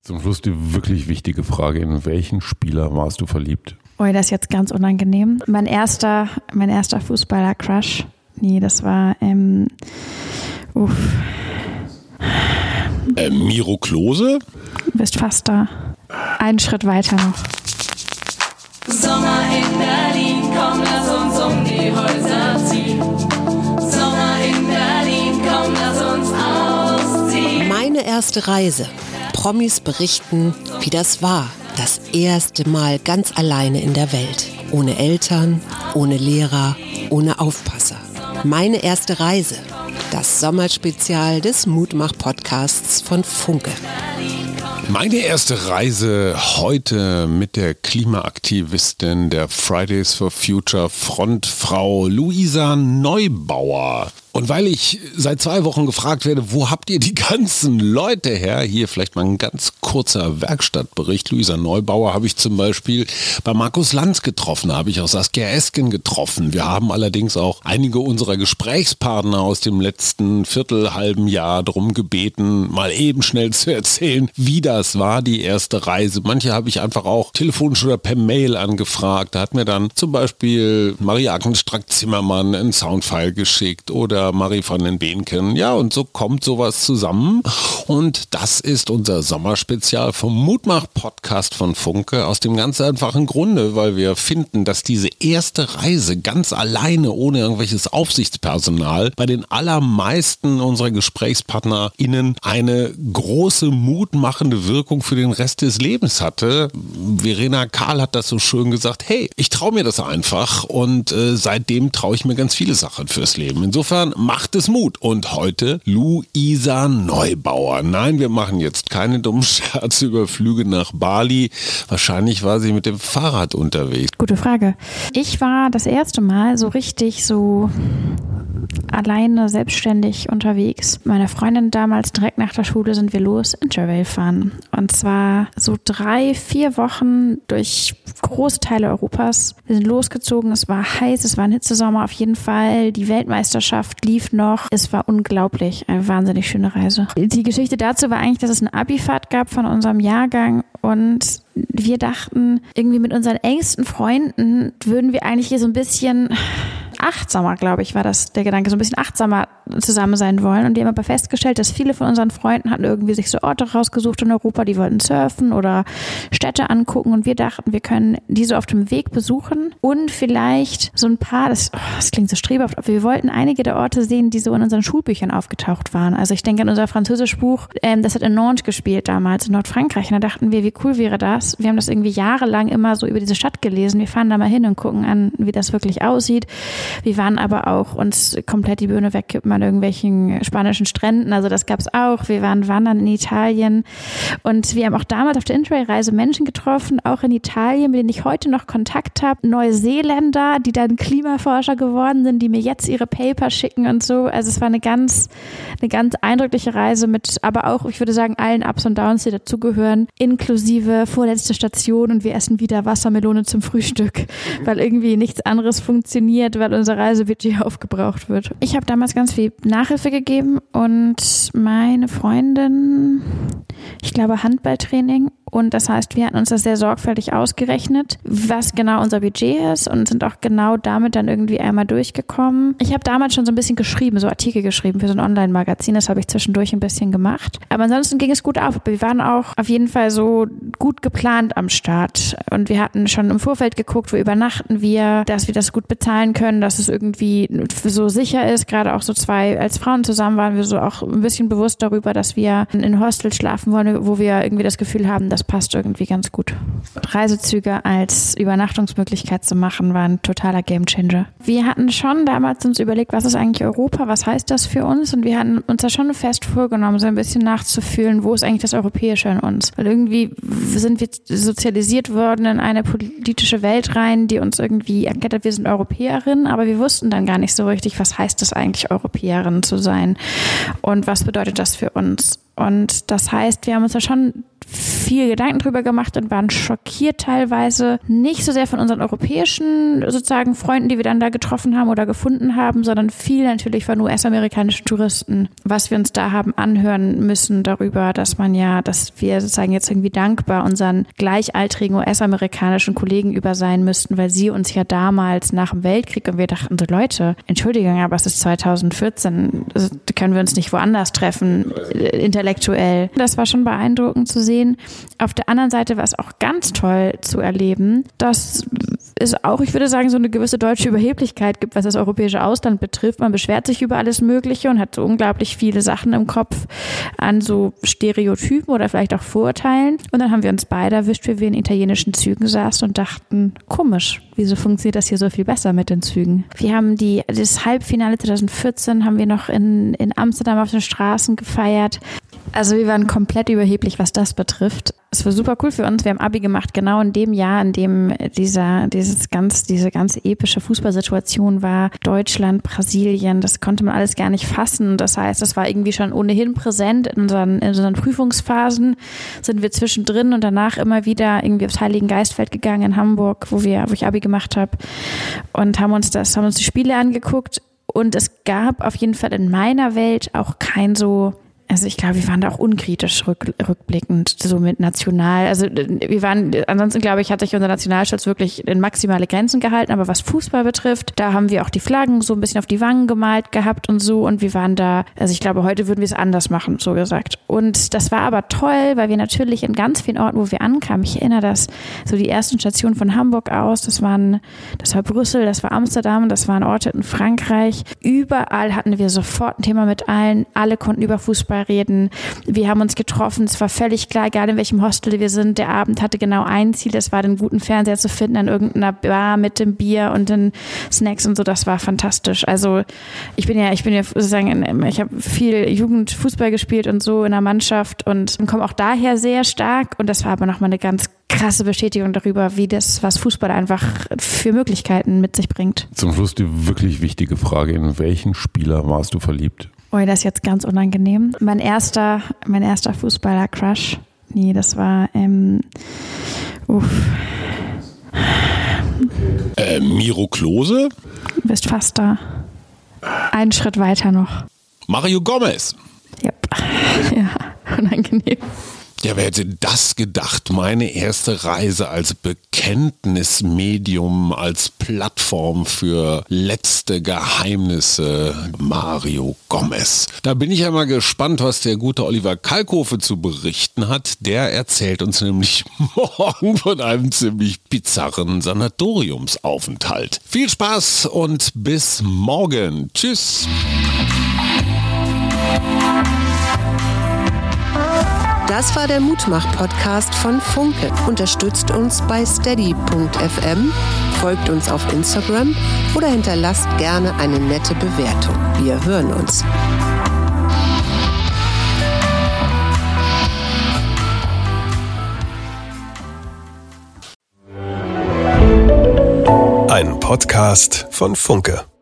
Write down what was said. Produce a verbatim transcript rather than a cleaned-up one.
Zum Schluss die wirklich wichtige Frage, in welchen Spieler warst du verliebt? Oh, das ist jetzt ganz unangenehm. Mein erster, mein erster Fußballer-Crush. Nee, das war, ähm, uff. Äh, Miro Klose? Du bist fast da. Einen Schritt weiter noch. Sommer in Berlin, komm, lass uns um die Häuser ziehen. Sommer in Berlin, komm, lass uns ausziehen. Meine erste Reise. Promis berichten, wie das war. Das erste Mal ganz alleine in der Welt. Ohne Eltern, ohne Lehrer, ohne Aufpasser. Meine erste Reise. Das Sommerspezial des Mutmach-Podcasts von Funke. Meine erste Reise heute mit der Klimaaktivistin der Fridays for Future Frontfrau Luisa Neubauer. Und weil ich seit zwei Wochen gefragt werde, wo habt ihr die ganzen Leute her? Hier vielleicht mal ein ganz kurzer Werkstattbericht. Luisa Neubauer habe ich zum Beispiel bei Markus Lanz getroffen, habe ich auch Saskia Esken getroffen. Wir haben allerdings auch einige unserer Gesprächspartner aus dem letzten viertelhalben Jahr darum gebeten, mal eben schnell zu erzählen, wie das war, die erste Reise. Manche habe ich einfach auch telefonisch oder per Mail angefragt. Da hat mir dann zum Beispiel Marie-Agnes Strack-Zimmermann einen Soundfile geschickt oder Marie von den Behnken. Ja, und so kommt sowas zusammen. Und das ist unser Sommerspezial vom Mutmach-Podcast von Funke. Aus dem ganz einfachen Grunde, weil wir finden, dass diese erste Reise ganz alleine, ohne irgendwelches Aufsichtspersonal, bei den allermeisten unserer GesprächspartnerInnen eine große, mutmachende Wirkung für den Rest des Lebens hatte. Verena Kahl hat das so schön gesagt, hey, ich traue mir das einfach und äh, seitdem traue ich mir ganz viele Sachen fürs Leben. Insofern macht es Mut. Und heute Luisa Neubauer. Nein, wir machen jetzt keine dummen Scherze über Flüge nach Bali. Wahrscheinlich war sie mit dem Fahrrad unterwegs. Gute Frage. Ich war das erste Mal so richtig so alleine, selbstständig unterwegs. Meine Freundin damals, direkt nach der Schule, sind wir los Interrail fahren. Und zwar so drei, vier Wochen durch große Teile Europas. Wir sind losgezogen, es war heiß, es war ein Hitzesommer auf jeden Fall. Die Weltmeisterschaft lief noch. Es war unglaublich, eine wahnsinnig schöne Reise. Die Geschichte dazu war eigentlich, dass es eine Abifahrt gab von unserem Jahrgang und wir dachten, irgendwie mit unseren engsten Freunden würden wir eigentlich hier so ein bisschen achtsamer, glaube ich, war das der Gedanke, so ein bisschen achtsamer zusammen sein wollen. Und wir haben aber festgestellt, dass viele von unseren Freunden hatten irgendwie sich so Orte rausgesucht in Europa, die wollten surfen oder Städte angucken und wir dachten, wir können diese auf dem Weg besuchen und vielleicht so ein paar, das, oh, das klingt so strebhaft, aber wir wollten einige der Orte sehen, die so in unseren Schulbüchern aufgetaucht waren. Also ich denke an unser Französischbuch, ähm, das hat in Nantes gespielt damals, in Nordfrankreich. Und da dachten wir, wie cool wäre das? Wir haben das irgendwie jahrelang immer so über diese Stadt gelesen. Wir fahren da mal hin und gucken an, wie das wirklich aussieht. Wir waren aber auch uns komplett die Birne wegkippen an irgendwelchen spanischen Stränden. Also das gab's auch. Wir waren wandern in Italien. Und wir haben auch damals auf der Interrail-Reise Menschen getroffen, auch in Italien, mit denen ich heute noch Kontakt habe. Neuseeländer, die dann Klimaforscher geworden sind, die mir jetzt ihre Paper schicken und so. Also es war eine ganz, eine ganz eindrückliche Reise mit, aber auch, ich würde sagen, allen Ups und Downs, die dazugehören, inklusive vorletzte Station und wir essen wieder Wassermelone zum Frühstück, weil irgendwie nichts anderes funktioniert, weil unser Reisebudget aufgebraucht wird. Ich habe damals ganz viel Nachhilfe gegeben und meine Freundin, ich glaube Handballtraining, und das heißt, wir hatten uns das sehr sorgfältig ausgerechnet, was genau unser Budget ist und sind auch genau damit dann irgendwie einmal durchgekommen. Ich habe damals schon so ein bisschen geschrieben, so Artikel geschrieben für so ein Online-Magazin, das habe ich zwischendurch ein bisschen gemacht. Aber ansonsten ging es gut auf. Wir waren auch auf jeden Fall so gut geplant am Start und wir hatten schon im Vorfeld geguckt, wo übernachten wir, dass wir das gut bezahlen können, dass es irgendwie so sicher ist. Gerade auch so zwei, als Frauen zusammen waren wir so auch ein bisschen bewusst darüber, dass wir in Hostels schlafen wollen, wo wir irgendwie das Gefühl haben, das passt irgendwie ganz gut. Reisezüge als Übernachtungsmöglichkeit zu machen, war ein totaler Gamechanger. Wir hatten schon damals uns überlegt, was ist eigentlich Europa, was heißt das für uns? Und wir hatten uns da schon fest vorgenommen, so ein bisschen nachzufühlen, wo ist eigentlich das Europäische in uns? Weil irgendwie sind wir sozialisiert worden in eine politische Welt rein, die uns irgendwie erklärt hat, wir sind Europäerinnen, aber wir wussten dann gar nicht so richtig, was heißt es eigentlich, Europäerin zu sein und was bedeutet das für uns? Und das heißt, wir haben uns da schon viel Gedanken drüber gemacht und waren schockiert teilweise, nicht so sehr von unseren europäischen sozusagen Freunden, die wir dann da getroffen haben oder gefunden haben, sondern viel natürlich von U S-amerikanischen Touristen, was wir uns da haben anhören müssen darüber, dass man ja, dass wir sozusagen jetzt irgendwie dankbar unseren gleichaltrigen U S-amerikanischen Kollegen über sein müssten, weil sie uns ja damals nach dem Weltkrieg, und wir dachten so, Leute, Entschuldigung, aber es ist zweitausendvierzehn, also können wir uns nicht woanders treffen, intellektuell. Das war schon beeindruckend zu sehen. Auf der anderen Seite war es auch ganz toll zu erleben, dass es auch, ich würde sagen, so eine gewisse deutsche Überheblichkeit gibt, was das europäische Ausland betrifft. Man beschwert sich über alles Mögliche und hat so unglaublich viele Sachen im Kopf an so Stereotypen oder vielleicht auch Vorurteilen. Und dann haben wir uns beide erwischt, wie wir in italienischen Zügen saßen und dachten, komisch, wieso funktioniert das hier so viel besser mit den Zügen? Wir haben die, das Halbfinale zweitausendvierzehn haben wir noch in, in Amsterdam auf den Straßen gefeiert. Also wir waren komplett überheblich, was das betrifft. Es war super cool für uns. Wir haben Abi gemacht, genau in dem Jahr, in dem dieser, dieses ganz, diese ganz epische Fußballsituation war. Deutschland, Brasilien, das konnte man alles gar nicht fassen. Das heißt, das war irgendwie schon ohnehin präsent in unseren, in unseren Prüfungsphasen. Sind wir zwischendrin und danach immer wieder irgendwie aufs Heiligengeistfeld gegangen in Hamburg, wo wir, wo ich Abi gemacht habe, und haben uns das, haben uns die Spiele angeguckt. Und es gab auf jeden Fall in meiner Welt auch kein so, also ich glaube, wir waren da auch unkritisch rück, rückblickend, so mit national. Also wir waren, ansonsten glaube ich, hat sich unser Nationalstolz wirklich in maximale Grenzen gehalten. Aber was Fußball betrifft, da haben wir auch die Flaggen so ein bisschen auf die Wangen gemalt gehabt und so. Und wir waren da, also ich glaube, heute würden wir es anders machen, so gesagt. Und das war aber toll, weil wir natürlich in ganz vielen Orten, wo wir ankamen, ich erinnere das, so die ersten Stationen von Hamburg aus, das waren, das war Brüssel, das war Amsterdam, das waren Orte in Frankreich. Überall hatten wir sofort ein Thema mit allen. Alle konnten über Fußball reden. Wir haben uns getroffen. Es war völlig klar, egal in welchem Hostel wir sind. Der Abend hatte genau ein Ziel. Das war, den guten Fernseher zu finden an irgendeiner Bar mit dem Bier und den Snacks und so. Das war fantastisch. Also ich bin ja, ich bin ja sozusagen, ich habe viel Jugendfußball gespielt und so in der Mannschaft und komme auch daher sehr stark. Und das war aber nochmal eine ganz krasse Bestätigung darüber, wie das, was Fußball einfach für Möglichkeiten mit sich bringt. Zum Schluss die wirklich wichtige Frage: In welchen Spieler warst du verliebt? Oh, das ist jetzt ganz unangenehm. Mein erster, mein erster Fußballer-Crush. Nee, das war, ähm, uff. Äh, Miro Klose? Du bist fast da. Einen Schritt weiter noch. Mario Gomez? Yep. Ja, unangenehm. Ja, wer hätte das gedacht? Meine erste Reise als Bekenntnismedium, als Plattform für letzte Geheimnisse, Mario Gomez. Da bin ich ja mal gespannt, was der gute Oliver Kalkofe zu berichten hat. Der erzählt uns nämlich morgen von einem ziemlich bizarren Sanatoriumsaufenthalt. Viel Spaß und bis morgen. Tschüss. Das war der Mutmach-Podcast von Funke. Unterstützt uns bei steady punkt f m, folgt uns auf Instagram oder hinterlasst gerne eine nette Bewertung. Wir hören uns. Ein Podcast von Funke.